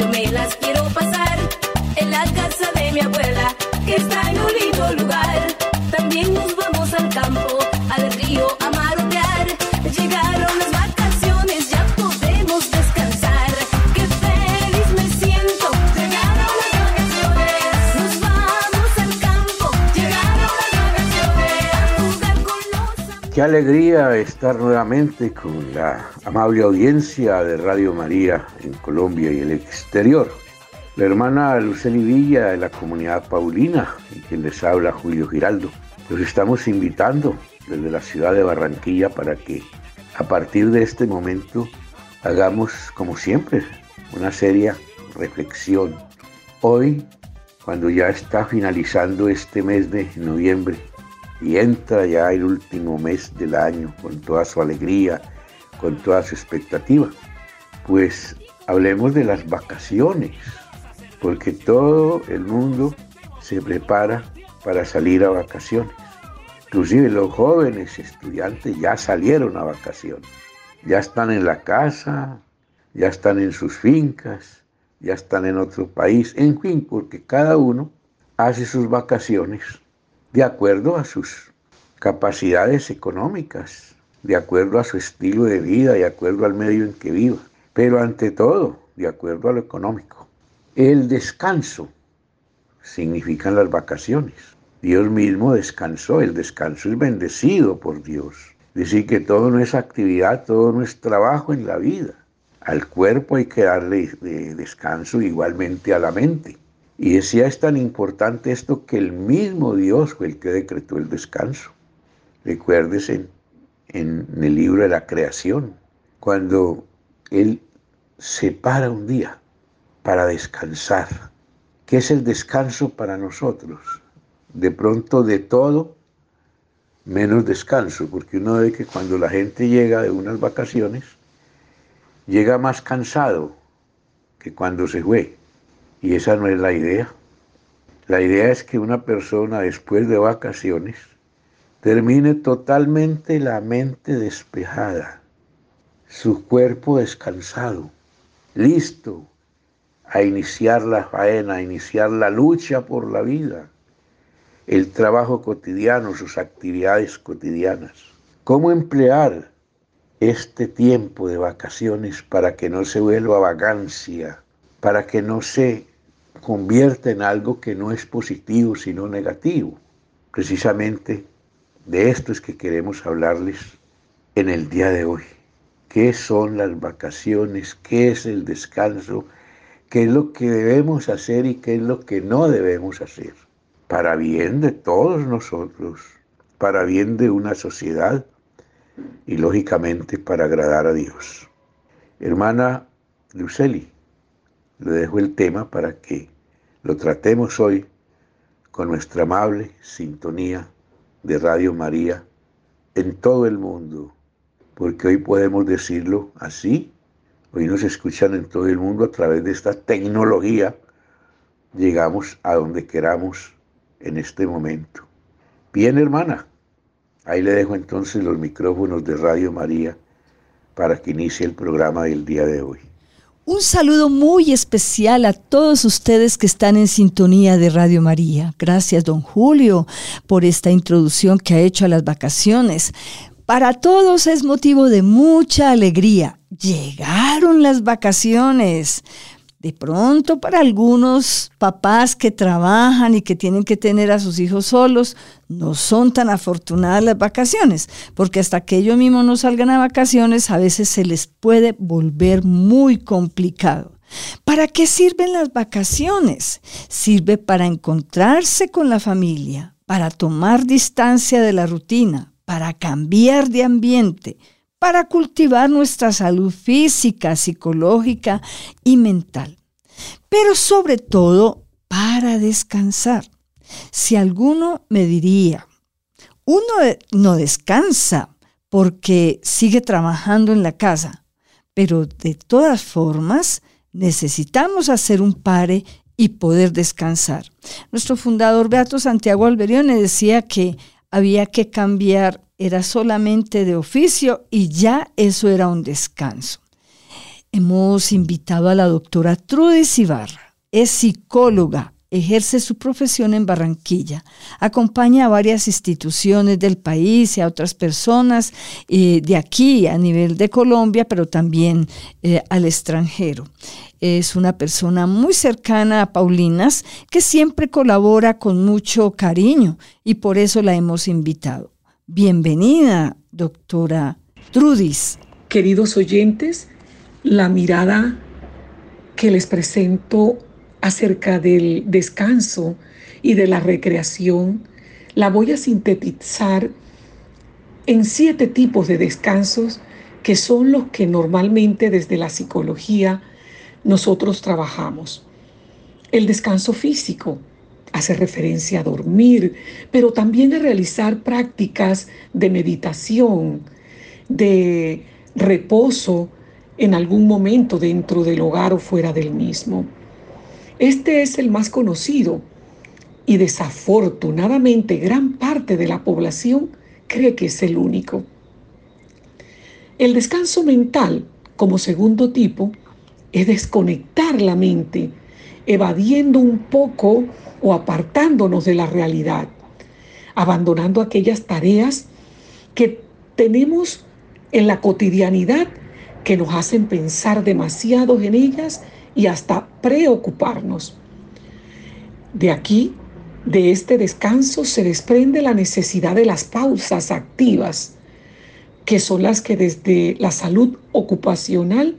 yo me las quiero pasar en la casa de mi abuela, que está en un lindo lugar. También nos vamos al campo, al río a marotear. Llegaron las vacaciones, ya podemos descansar. Qué feliz me siento, llegaron las vacaciones. Nos vamos al campo, llegaron las vacaciones. A jugar con los amigos. Qué alegría estar nuevamente con la amable audiencia de Radio María en Colombia y el exterior. La hermana Lucely Villa de la comunidad Paulina y quien les habla, Julio Giraldo. Los estamos invitando desde la ciudad de Barranquilla para que a partir de este momento hagamos, como siempre, una seria reflexión. Hoy, cuando ya está finalizando este mes de noviembre y entra ya el último mes del año con toda su alegría, con toda su expectativa, pues hablemos de las vacaciones, porque todo el mundo se prepara para salir a vacaciones. Inclusive los jóvenes estudiantes ya salieron a vacaciones, ya están en la casa, ya están en sus fincas, ya están en otro país, en fin, porque cada uno hace sus vacaciones de acuerdo a sus capacidades económicas, de acuerdo a su estilo de vida, de acuerdo al medio en que viva, pero ante todo, de acuerdo a lo económico. El descanso significan las vacaciones. Dios mismo descansó, el descanso es bendecido por Dios. Es decir, que todo no es actividad, todo no es trabajo en la vida. Al cuerpo hay que darle descanso, igualmente a la mente. Y decía, es tan importante esto que el mismo Dios fue el que decretó el descanso. Recuérdese en el libro de la creación, cuando Él separa un día para descansar. ¿Qué es el descanso para nosotros? De pronto de todo, menos descanso, porque uno ve que cuando la gente llega de unas vacaciones, llega más cansado que cuando se fue. Y esa no es la idea. La idea es que una persona después de vacaciones termine totalmente la mente despejada, su cuerpo descansado, listo a iniciar la faena, a iniciar la lucha por la vida, el trabajo cotidiano, sus actividades cotidianas. ¿Cómo emplear este tiempo de vacaciones para que no se vuelva vagancia, para que no se convierta en algo que no es positivo, sino negativo? Precisamente de esto es que queremos hablarles en el día de hoy. ¿Qué son las vacaciones? ¿Qué es el descanso? ¿Qué es lo que debemos hacer y qué es lo que no debemos hacer? Para bien de todos nosotros, para bien de una sociedad y lógicamente para agradar a Dios. Hermana Lucely, le dejo el tema para que lo tratemos hoy con nuestra amable sintonía de Radio María en todo el mundo, porque hoy podemos decirlo así. Hoy nos escuchan en todo el mundo a través de esta tecnología. Llegamos a donde queramos en este momento. Bien, hermana, ahí le dejo entonces los micrófonos de Radio María para que inicie el programa del día de hoy. Un saludo muy especial a todos ustedes que están en sintonía de Radio María. Gracias, don Julio, por esta introducción que ha hecho a las vacaciones. Para todos es motivo de mucha alegría. Llegaron las vacaciones. De pronto, para algunos papás que trabajan y que tienen que tener a sus hijos solos, no son tan afortunadas las vacaciones, porque hasta que ellos mismos no salgan a vacaciones, a veces se les puede volver muy complicado. ¿Para qué sirven las vacaciones? Sirve para encontrarse con la familia, para tomar distancia de la rutina, para cambiar de ambiente, para cultivar nuestra salud física, psicológica y mental. Pero sobre todo, para descansar. Si alguno me diría, uno no descansa porque sigue trabajando en la casa, pero de todas formas necesitamos hacer un pare y poder descansar. Nuestro fundador Beato Santiago Alberione decía que había que cambiar, era solamente de oficio y ya eso era un descanso. Hemos invitado a la doctora Trudis Ibarra. Es psicóloga, ejerce su profesión en Barranquilla, acompaña a varias instituciones del país y a otras personas de aquí a nivel de Colombia, pero también al extranjero. Es una persona muy cercana a Paulinas que siempre colabora con mucho cariño y por eso la hemos invitado. Bienvenida, doctora Trudis. Queridos oyentes, la mirada que les presento acerca del descanso y de la recreación la voy a sintetizar en 7 tipos de descansos que son los que normalmente desde la psicología nosotros trabajamos. El descanso físico hace referencia a dormir, pero también a realizar prácticas de meditación, de reposo en algún momento dentro del hogar o fuera del mismo. Este es el más conocido y desafortunadamente gran parte de la población cree que es el único. El descanso mental, como segundo tipo, es desconectar la mente, evadiendo un poco o apartándonos de la realidad, abandonando aquellas tareas que tenemos en la cotidianidad que nos hacen pensar demasiado en ellas y hasta preocuparnos. De aquí, de este descanso, se desprende la necesidad de las pausas activas, que son las que desde la salud ocupacional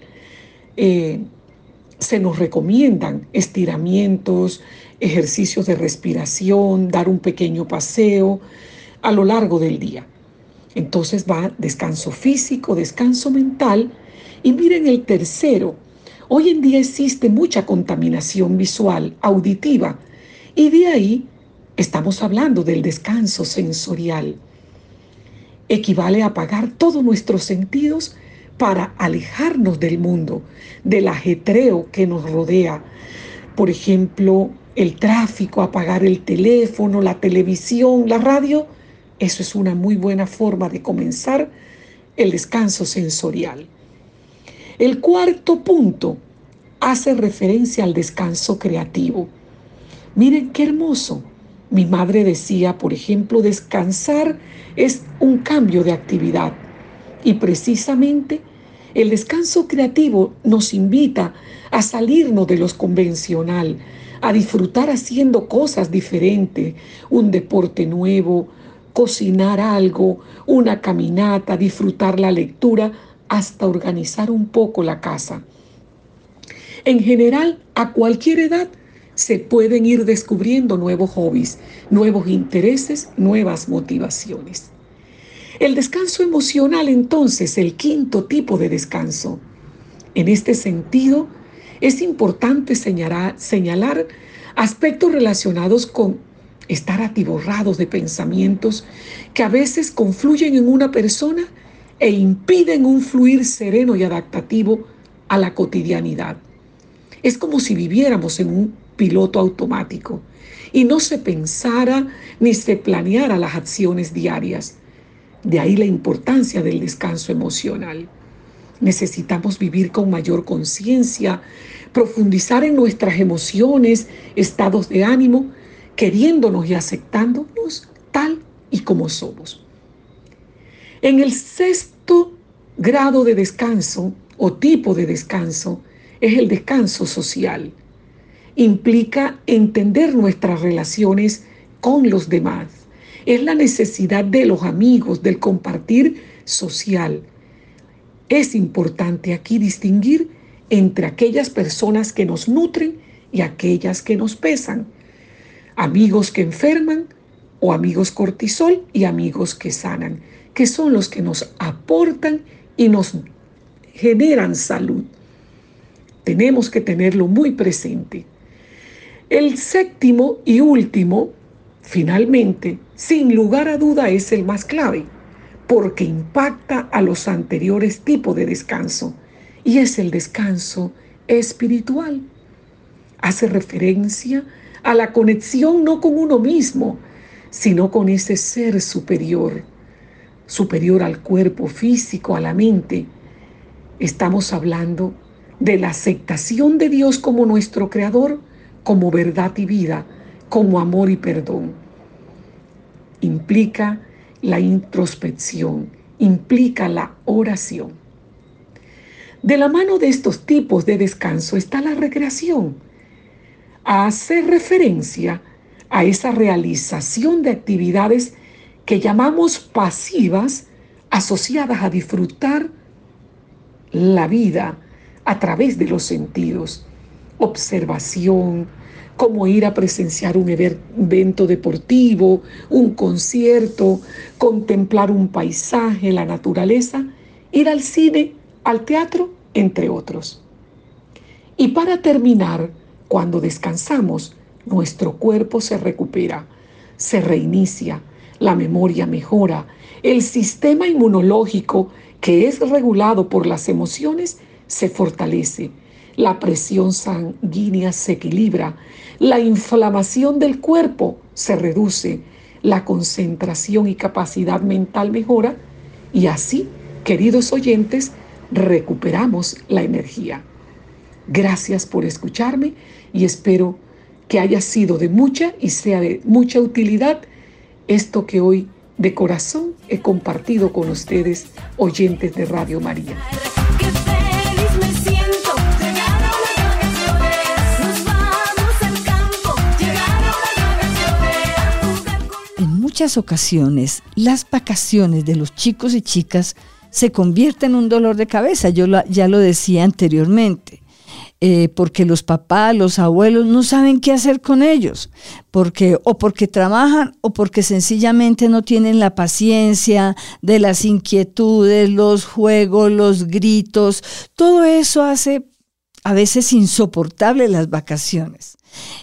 se nos recomiendan: estiramientos, ejercicios de respiración, dar un pequeño paseo a lo largo del día. Entonces va descanso físico, descanso mental, y miren el tercero. Hoy en día existe mucha contaminación visual, auditiva, y de ahí estamos hablando del descanso sensorial. Equivale a apagar todos nuestros sentidos para alejarnos del mundo, del ajetreo que nos rodea. Por ejemplo, el tráfico, apagar el teléfono, la televisión, la radio. Eso es una muy buena forma de comenzar el descanso sensorial. El cuarto punto hace referencia al descanso creativo. Miren qué hermoso. Mi madre decía, por ejemplo, descansar es un cambio de actividad. Y precisamente el descanso creativo nos invita a salirnos de lo convencional, a disfrutar haciendo cosas diferentes, un deporte nuevo, cocinar algo, una caminata, disfrutar la lectura, hasta organizar un poco la casa. En general, a cualquier edad se pueden ir descubriendo nuevos hobbies, nuevos intereses, nuevas motivaciones. El descanso emocional, entonces, el quinto tipo de descanso. En este sentido, es importante señalar aspectos relacionados con estar atiborrados de pensamientos que a veces confluyen en una persona e impiden un fluir sereno y adaptativo a la cotidianidad. Es como si viviéramos en un piloto automático y no se pensara ni se planeara las acciones diarias. De ahí la importancia del descanso emocional. Necesitamos vivir con mayor conciencia, profundizar en nuestras emociones, estados de ánimo, queriéndonos y aceptándonos tal y como somos. En el sexto grado de descanso o tipo de descanso es el descanso social. Implica entender nuestras relaciones con los demás. Es la necesidad de los amigos, del compartir social. Es importante aquí distinguir entre aquellas personas que nos nutren y aquellas que nos pesan. Amigos que enferman o amigos cortisol y amigos que sanan, que son los que nos aportan y nos generan salud. Tenemos que tenerlo muy presente. El séptimo y último, finalmente, sin lugar a duda, es el más clave, porque impacta a los anteriores tipos de descanso, y es el descanso espiritual. Hace referencia a la conexión no con uno mismo, sino con ese ser superior al cuerpo físico, a la mente. Estamos hablando de la aceptación de Dios como nuestro Creador, como verdad y vida, como amor y perdón. Implica la introspección, implica la oración. De la mano de estos tipos de descanso está la recreación. Hace referencia a esa realización de actividades que llamamos pasivas, asociadas a disfrutar la vida a través de los sentidos. Observación, como ir a presenciar un evento deportivo, un concierto, contemplar un paisaje, la naturaleza, ir al cine, al teatro, entre otros. Y para terminar, cuando descansamos, nuestro cuerpo se recupera, se reinicia, la memoria mejora, el sistema inmunológico, que es regulado por las emociones, se fortalece, la presión sanguínea se equilibra, la inflamación del cuerpo se reduce, la concentración y capacidad mental mejora y así, queridos oyentes, recuperamos la energía. Gracias por escucharme y espero que haya sido de mucha y sea de mucha utilidad esto que hoy de corazón he compartido con ustedes, oyentes de Radio María. Qué feliz me siento, llegaron las vacaciones, nos vamos al campo, llegaron las vacaciones. En muchas ocasiones, las vacaciones de los chicos y chicas se convierten en un dolor de cabeza. Ya lo decía anteriormente. Porque los papás, los abuelos no saben qué hacer con ellos, porque trabajan o porque sencillamente no tienen la paciencia de las inquietudes, los juegos, los gritos. Todo eso hace a veces insoportable las vacaciones.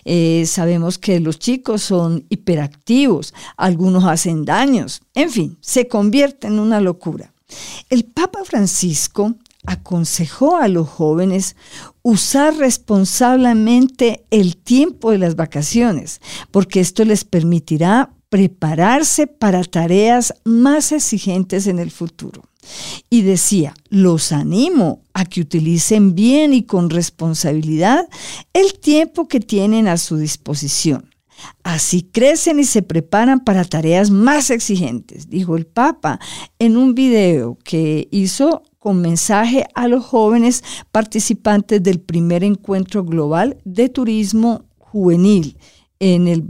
Sabemos que los chicos son hiperactivos, algunos hacen daños, en fin, se convierte en una locura. El Papa Francisco aconsejó a los jóvenes usar responsablemente el tiempo de las vacaciones, porque esto les permitirá prepararse para tareas más exigentes en el futuro. Y decía, los animo a que utilicen bien y con responsabilidad el tiempo que tienen a su disposición. Así crecen y se preparan para tareas más exigentes, dijo el Papa en un video que hizo con mensaje a los jóvenes participantes del primer encuentro global de turismo juvenil en el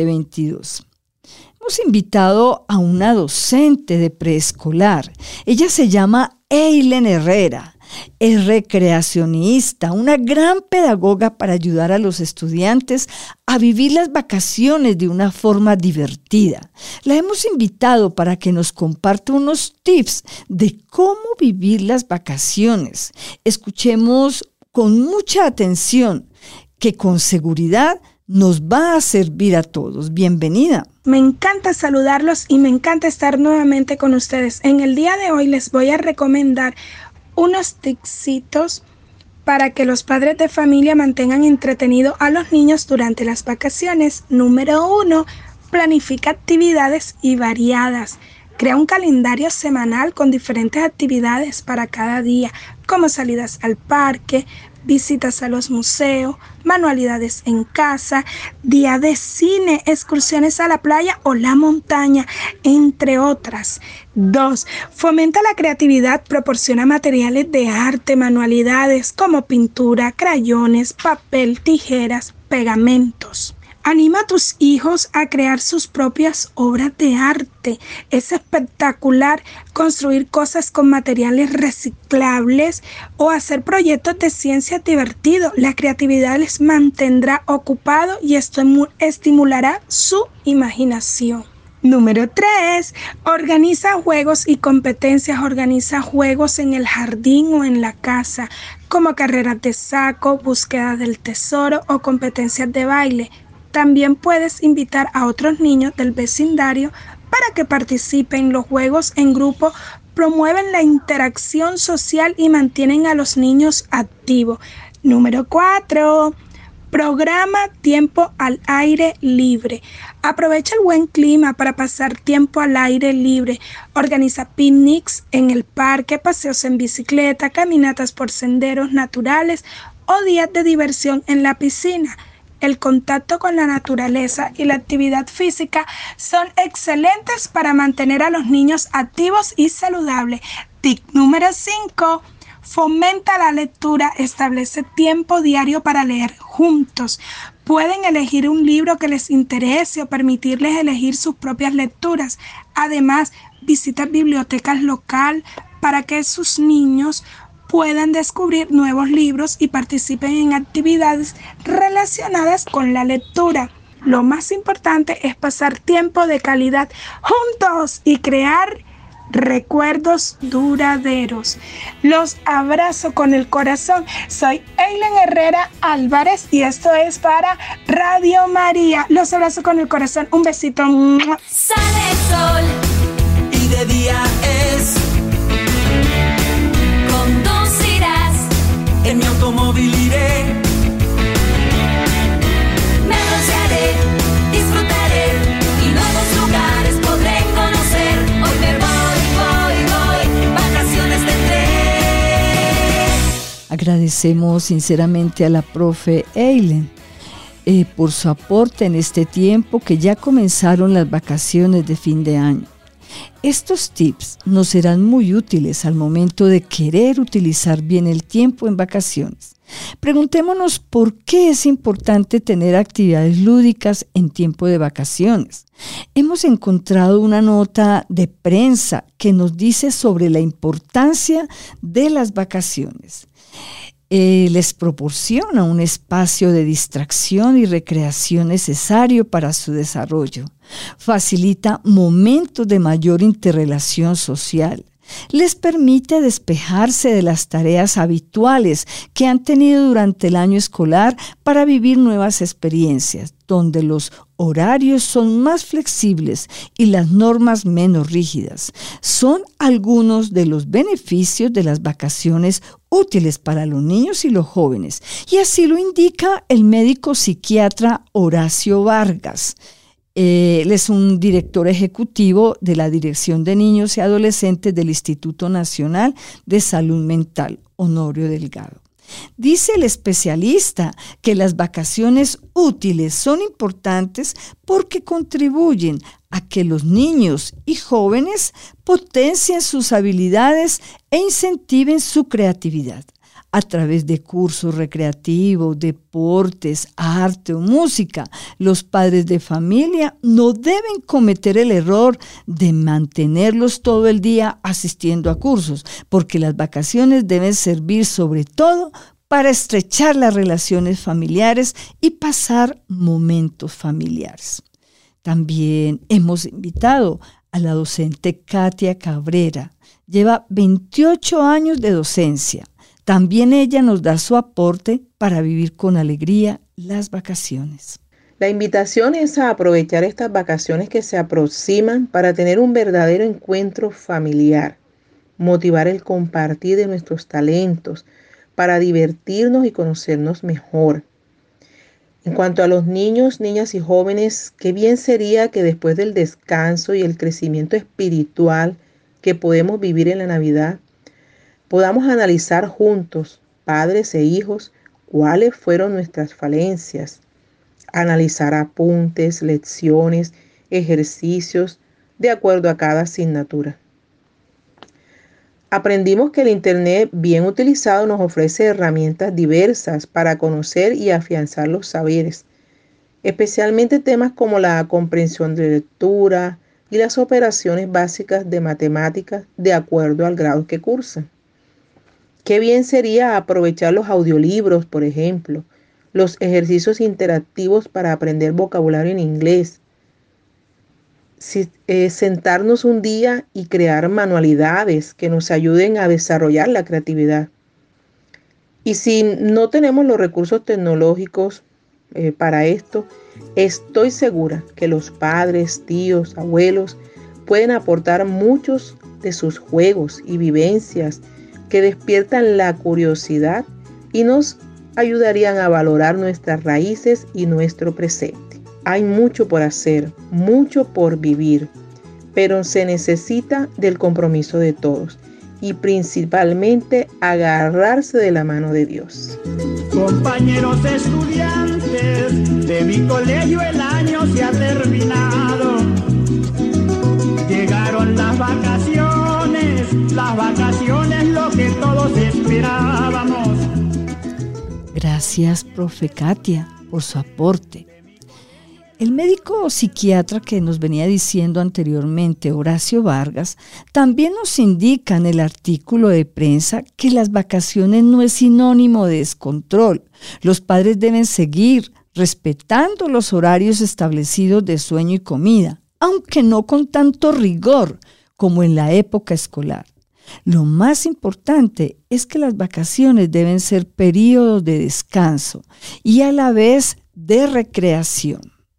2022. Hemos invitado a una docente de preescolar. Ella se llama Eileen Herrera. Es recreacionista, una gran pedagoga para ayudar a los estudiantes a vivir las vacaciones de una forma divertida. La hemos invitado para que nos comparta unos tips de cómo vivir las vacaciones. Escuchemos con mucha atención, que con seguridad nos va a servir a todos. Bienvenida. Me encanta saludarlos y me encanta estar nuevamente con ustedes. En el día de hoy les voy a recomendar unos tipsitos para que los padres de familia mantengan entretenidos a los niños durante las vacaciones. Número 1, planifica actividades y variadas. Crea un calendario semanal con diferentes actividades para cada día, como salidas al parque, visitas a los museos, manualidades en casa, día de cine, excursiones a la playa o la montaña, entre otras. 2. Fomenta la creatividad, proporciona materiales de arte, manualidades como pintura, crayones, papel, tijeras, pegamentos. Anima a tus hijos a crear sus propias obras de arte. Es espectacular construir cosas con materiales reciclables o hacer proyectos de ciencia divertidos. La creatividad les mantendrá ocupados y esto estimulará su imaginación. Número 3. Organiza juegos y competencias. Organiza juegos en el jardín o en la casa, como carreras de saco, búsqueda del tesoro o competencias de baile. También puedes invitar a otros niños del vecindario para que participen. Los juegos en grupo promueven la interacción social y mantienen a los niños activos. Número 4. Programa tiempo al aire libre. Aprovecha el buen clima para pasar tiempo al aire libre. Organiza picnics en el parque, paseos en bicicleta, caminatas por senderos naturales o días de diversión en la piscina. El contacto con la naturaleza y la actividad física son excelentes para mantener a los niños activos y saludables. Tip número 5. Fomenta la lectura, establece tiempo diario para leer juntos. Pueden elegir un libro que les interese o permitirles elegir sus propias lecturas. Además, visita bibliotecas locales para que sus niños puedan descubrir nuevos libros y participen en actividades relacionadas con la lectura. Lo más importante es pasar tiempo de calidad juntos y crear recuerdos duraderos. Los abrazo con el corazón. Soy Eileen Herrera Álvarez y esto es para Radio María. Los abrazo con el corazón. Un besito. Sale el sol y de día es. Conducirás, En mi automóvil iré. me broncearé, disfrutaré y nuevos lugares podré conocer. Hoy me voy, vacaciones tendré. Agradecemos sinceramente a la profe Eileen por su aporte en este tiempo que ya comenzaron las vacaciones de fin de año. Estos tips nos serán muy útiles al momento de querer utilizar bien el tiempo en vacaciones. Preguntémonos por qué es importante tener actividades lúdicas en tiempo de vacaciones. Hemos encontrado una nota de prensa que nos dice sobre la importancia de las vacaciones. Les proporciona un espacio de distracción y recreación necesario para su desarrollo. Facilita momentos de mayor interrelación social. Les permite despejarse de las tareas habituales que han tenido durante el año escolar para vivir nuevas experiencias, donde los horarios son más flexibles y las normas menos rígidas. Son algunos de los beneficios de las vacaciones útiles para los niños y los jóvenes, y así lo indica el médico psiquiatra Horacio Vargas. Él es un director ejecutivo de la Dirección de Niños y Adolescentes del Instituto Nacional de Salud Mental, Honorio Delgado. Dice el especialista que las vacaciones útiles son importantes porque contribuyen a que los niños y jóvenes potencien sus habilidades e incentiven su creatividad. A través de cursos recreativos, deportes, arte o música, los padres de familia no deben cometer el error de mantenerlos todo el día asistiendo a cursos, porque las vacaciones deben servir sobre todo para estrechar las relaciones familiares y pasar momentos familiares. También hemos invitado a la docente Katia Cabrera. Lleva 28 años de docencia. También ella nos da su aporte para vivir con alegría las vacaciones. La invitación es a aprovechar estas vacaciones que se aproximan para tener un verdadero encuentro familiar, motivar el compartir de nuestros talentos, para divertirnos y conocernos mejor. En cuanto a los niños, niñas y jóvenes, qué bien sería que después del descanso y el crecimiento espiritual que podemos vivir en la Navidad, podamos analizar juntos, padres e hijos, cuáles fueron nuestras falencias, analizar apuntes, lecciones, ejercicios de acuerdo a cada asignatura. Aprendimos que el Internet bien utilizado nos ofrece herramientas diversas para conocer y afianzar los saberes, especialmente temas como la comprensión de lectura y las operaciones básicas de matemáticas de acuerdo al grado que cursan. Qué bien sería aprovechar los audiolibros, por ejemplo, los ejercicios interactivos para aprender vocabulario en inglés, sentarnos un día y crear manualidades que nos ayuden a desarrollar la creatividad. Y si no tenemos los recursos tecnológicos para esto, estoy segura que los padres, tíos, abuelos pueden aportar muchos de sus juegos y vivencias que despiertan la curiosidad y nos ayudarían a valorar nuestras raíces y nuestro presente. Hay mucho por hacer, mucho por vivir, pero se necesita del compromiso de todos y principalmente agarrarse de la mano de Dios. Compañeros estudiantes de mi colegio, el año se ha terminado. Llegaron las vacaciones, lo que todos esperábamos. Gracias, profe Katia, por su aporte. El médico psiquiatra que nos venía diciendo anteriormente, Horacio Vargas, también nos indica en el artículo de prensa que las vacaciones no es sinónimo de descontrol. Los padres deben seguir respetando los horarios establecidos de sueño y comida, aunque no con tanto rigor como en la época escolar. Lo más importante es que las vacaciones deben ser periodos de descanso y a la vez de recreación.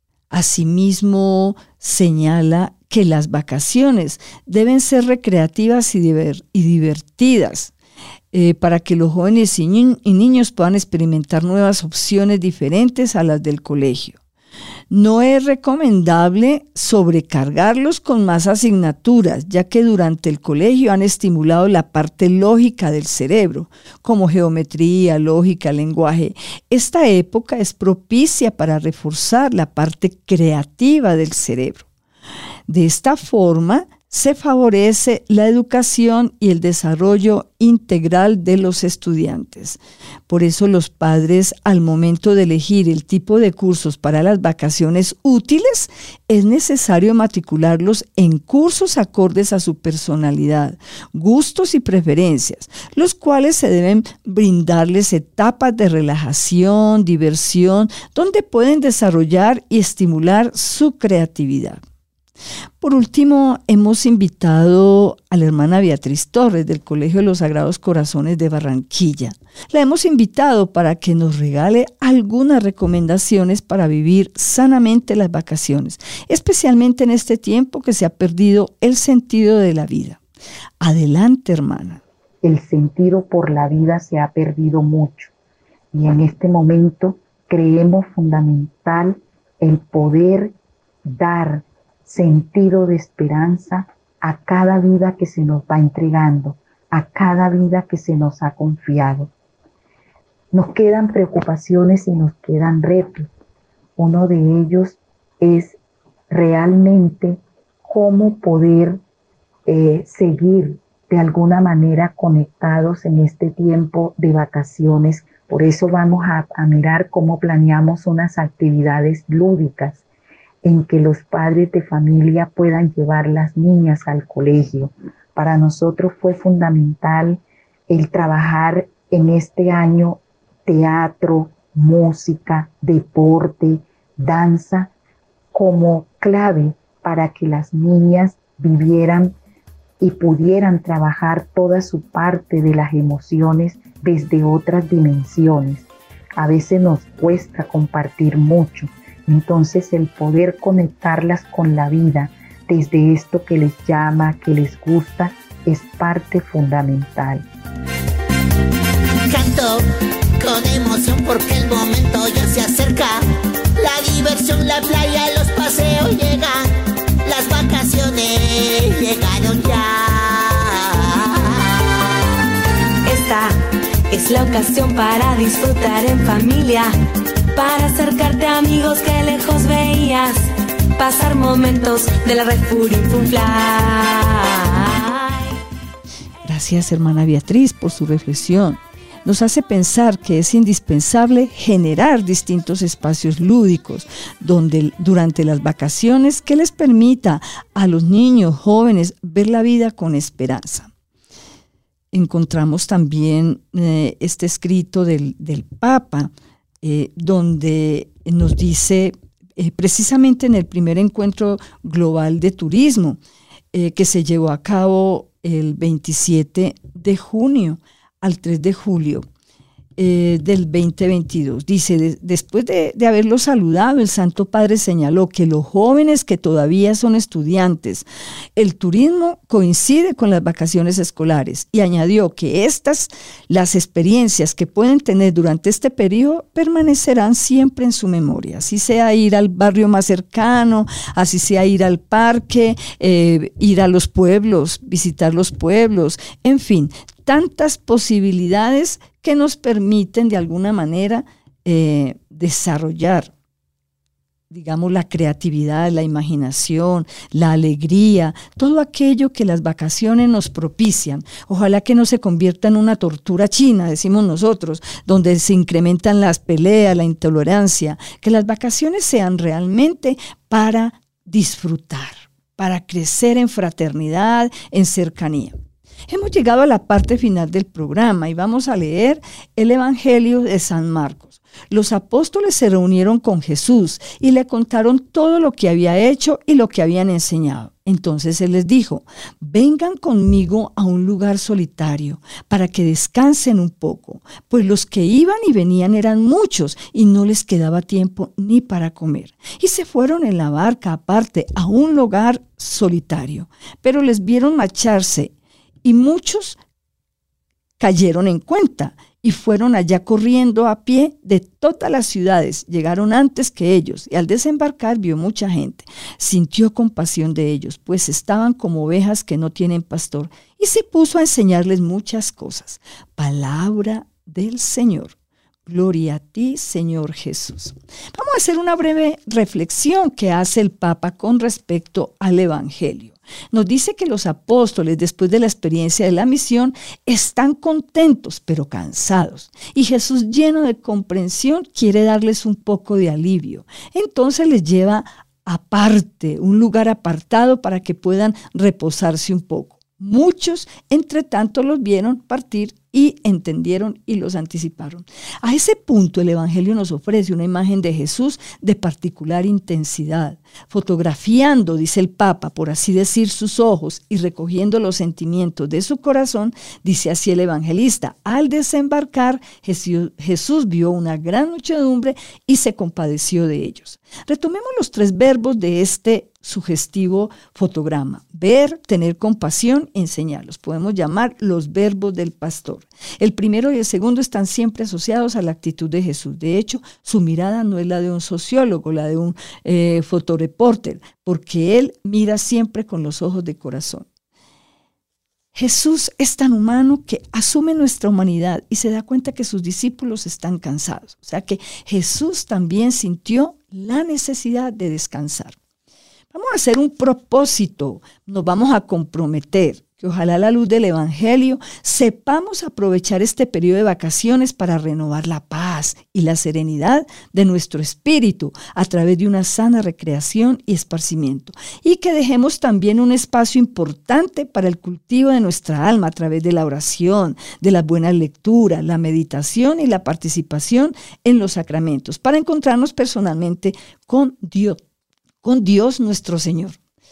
Asimismo, señala que las vacaciones deben ser recreativas y divertidas para que los jóvenes y niños puedan experimentar nuevas opciones diferentes a las del colegio. No es recomendable sobrecargarlos con más asignaturas, ya que durante el colegio han estimulado la parte lógica del cerebro, como geometría, lógica, lenguaje. Esta época es propicia para reforzar la parte creativa del cerebro. De esta forma, se favorece la educación y el desarrollo integral de los estudiantes. Por eso los padres, al momento de elegir el tipo de cursos para las vacaciones útiles, es necesario matricularlos en cursos acordes a su personalidad, gustos y preferencias, los cuales se deben brindarles etapas de relajación, diversión, donde pueden desarrollar y estimular su creatividad. Por último, hemos invitado a la hermana Beatriz Torres del Colegio de los Sagrados Corazones de Barranquilla. La hemos invitado para que nos regale algunas recomendaciones para vivir sanamente las vacaciones, especialmente en este tiempo que se ha perdido el sentido de la vida. Adelante, hermana. El sentido por la vida se ha perdido mucho y en este momento creemos fundamental el poder dar sentido de esperanza a cada vida que se nos va entregando, a cada vida que se nos ha confiado. Nos quedan preocupaciones y nos quedan retos. Uno de ellos es realmente cómo poder seguir de alguna manera conectados en este tiempo de vacaciones. Por eso vamos a mirar cómo planeamos unas actividades lúdicas en que los padres de familia puedan llevar las niñas al colegio. Para nosotros fue fundamental el trabajar en este año teatro, música, deporte, danza, como clave para que las niñas vivieran y pudieran trabajar toda su parte de las emociones desde otras dimensiones. A veces nos cuesta compartir mucho. Entonces el poder conectarlas con la vida desde esto que les llama, que les gusta, es parte fundamental. Canto con emoción porque el momento ya se acerca. La diversión, la playa, los paseos llegan. Las vacaciones llegaron ya. Esta es la ocasión para disfrutar en familia, para acercarte a amigos que lejos veías, pasar momentos de la Red Furinfunfly. Gracias, hermana Beatriz, por su reflexión. Nos hace pensar que es indispensable generar distintos espacios lúdicos durante las vacaciones que les permita a los niños, jóvenes, ver la vida con esperanza. Encontramos también este escrito del Papa, donde nos dice, precisamente en el primer encuentro global de turismo, que se llevó a cabo el 27 de junio al 3 de julio, del 2022. Dice, después de haberlo saludado, el Santo Padre señaló que los jóvenes que todavía son estudiantes, el turismo coincide con las vacaciones escolares, y añadió que las experiencias que pueden tener durante este periodo permanecerán siempre en su memoria, así sea ir al barrio más cercano, así sea ir al parque, ir a los pueblos, visitar los pueblos, en fin, tantas posibilidades que nos permiten de alguna manera desarrollar, digamos, la creatividad, la imaginación, la alegría, todo aquello que las vacaciones nos propician. Ojalá que no se convierta en una tortura china, decimos nosotros, donde se incrementan las peleas, la intolerancia, que las vacaciones sean realmente para disfrutar, para crecer en fraternidad, en cercanía. Hemos llegado a la parte final del programa y vamos a leer el Evangelio de San Marcos. Los apóstoles se reunieron con Jesús y le contaron todo lo que había hecho y lo que habían enseñado. Entonces él les dijo: vengan conmigo a un lugar solitario para que descansen un poco, pues los que iban y venían eran muchos y no les quedaba tiempo ni para comer. Y se fueron en la barca aparte a un lugar solitario, pero les vieron marcharse y muchos cayeron en cuenta y fueron allá corriendo a pie de todas las ciudades. Llegaron antes que ellos y al desembarcar vio mucha gente. Sintió compasión de ellos, pues estaban como ovejas que no tienen pastor, y se puso a enseñarles muchas cosas. Palabra del Señor. Gloria a ti, Señor Jesús. Vamos a hacer una breve reflexión que hace el Papa con respecto al Evangelio. Nos dice que los apóstoles, después de la experiencia de la misión, están contentos pero cansados. Y Jesús, lleno de comprensión, quiere darles un poco de alivio. Entonces les lleva aparte, un lugar apartado para que puedan reposarse un poco. Muchos, entre tanto, los vieron partir y entendieron y los anticiparon. A ese punto el Evangelio nos ofrece una imagen de Jesús de particular intensidad, fotografiando, dice el Papa, por así decir, sus ojos y recogiendo los sentimientos de su corazón. Dice así el evangelista: al desembarcar, Jesús vio una gran muchedumbre y se compadeció de ellos. Retomemos los 3 verbos de este sugestivo fotograma: ver, tener compasión, enseñar. Los podemos llamar los verbos del pastor. El primero y el segundo están siempre asociados a la actitud de Jesús. De hecho, su mirada no es la de un sociólogo, la de un fotoreporter, porque él mira siempre con los ojos de corazón. Jesús es tan humano que asume nuestra humanidad y se da cuenta que sus discípulos están cansados. O sea que Jesús también sintió la necesidad de descansar. Vamos a hacer un propósito, nos vamos a comprometer, que ojalá a la luz del Evangelio sepamos aprovechar este periodo de vacaciones para renovar la paz y la serenidad de nuestro espíritu a través de una sana recreación y esparcimiento, y que dejemos también un espacio importante para el cultivo de nuestra alma a través de la oración, de las buenas lecturas, la meditación y la participación en los sacramentos, para encontrarnos personalmente con Dios nuestro Señor.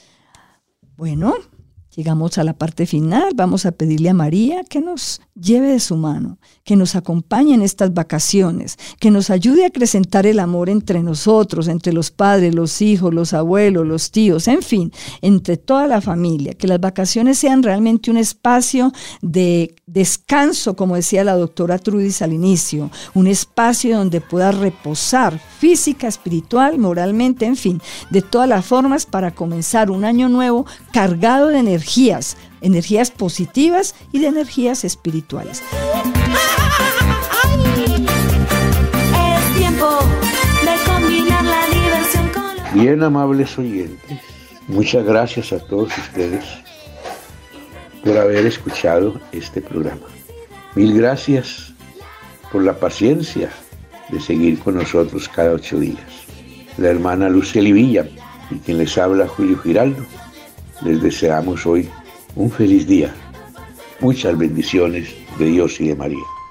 Bueno, llegamos a la parte final. Vamos a pedirle a María que nos lleve de su mano, que nos acompañe en estas vacaciones, que nos ayude a acrecentar el amor entre nosotros, entre los padres, los hijos, los abuelos, los tíos, en fin, entre toda la familia. Que las vacaciones sean realmente un espacio de descanso, como decía la doctora Trudis al inicio, un espacio donde pueda reposar física, espiritual, moralmente, en fin, de todas las formas, para comenzar un año nuevo cargado de energías positivas y de energías espirituales. Es tiempo de combinar la diversión con la... Bien, amables oyentes, muchas gracias a todos ustedes por haber escuchado este programa. Mil gracias por la paciencia de seguir con nosotros cada 8 días. La hermana Lucely Villa y quien les habla, Julio Giraldo, les deseamos hoy un feliz día. Muchas bendiciones de Dios y de María.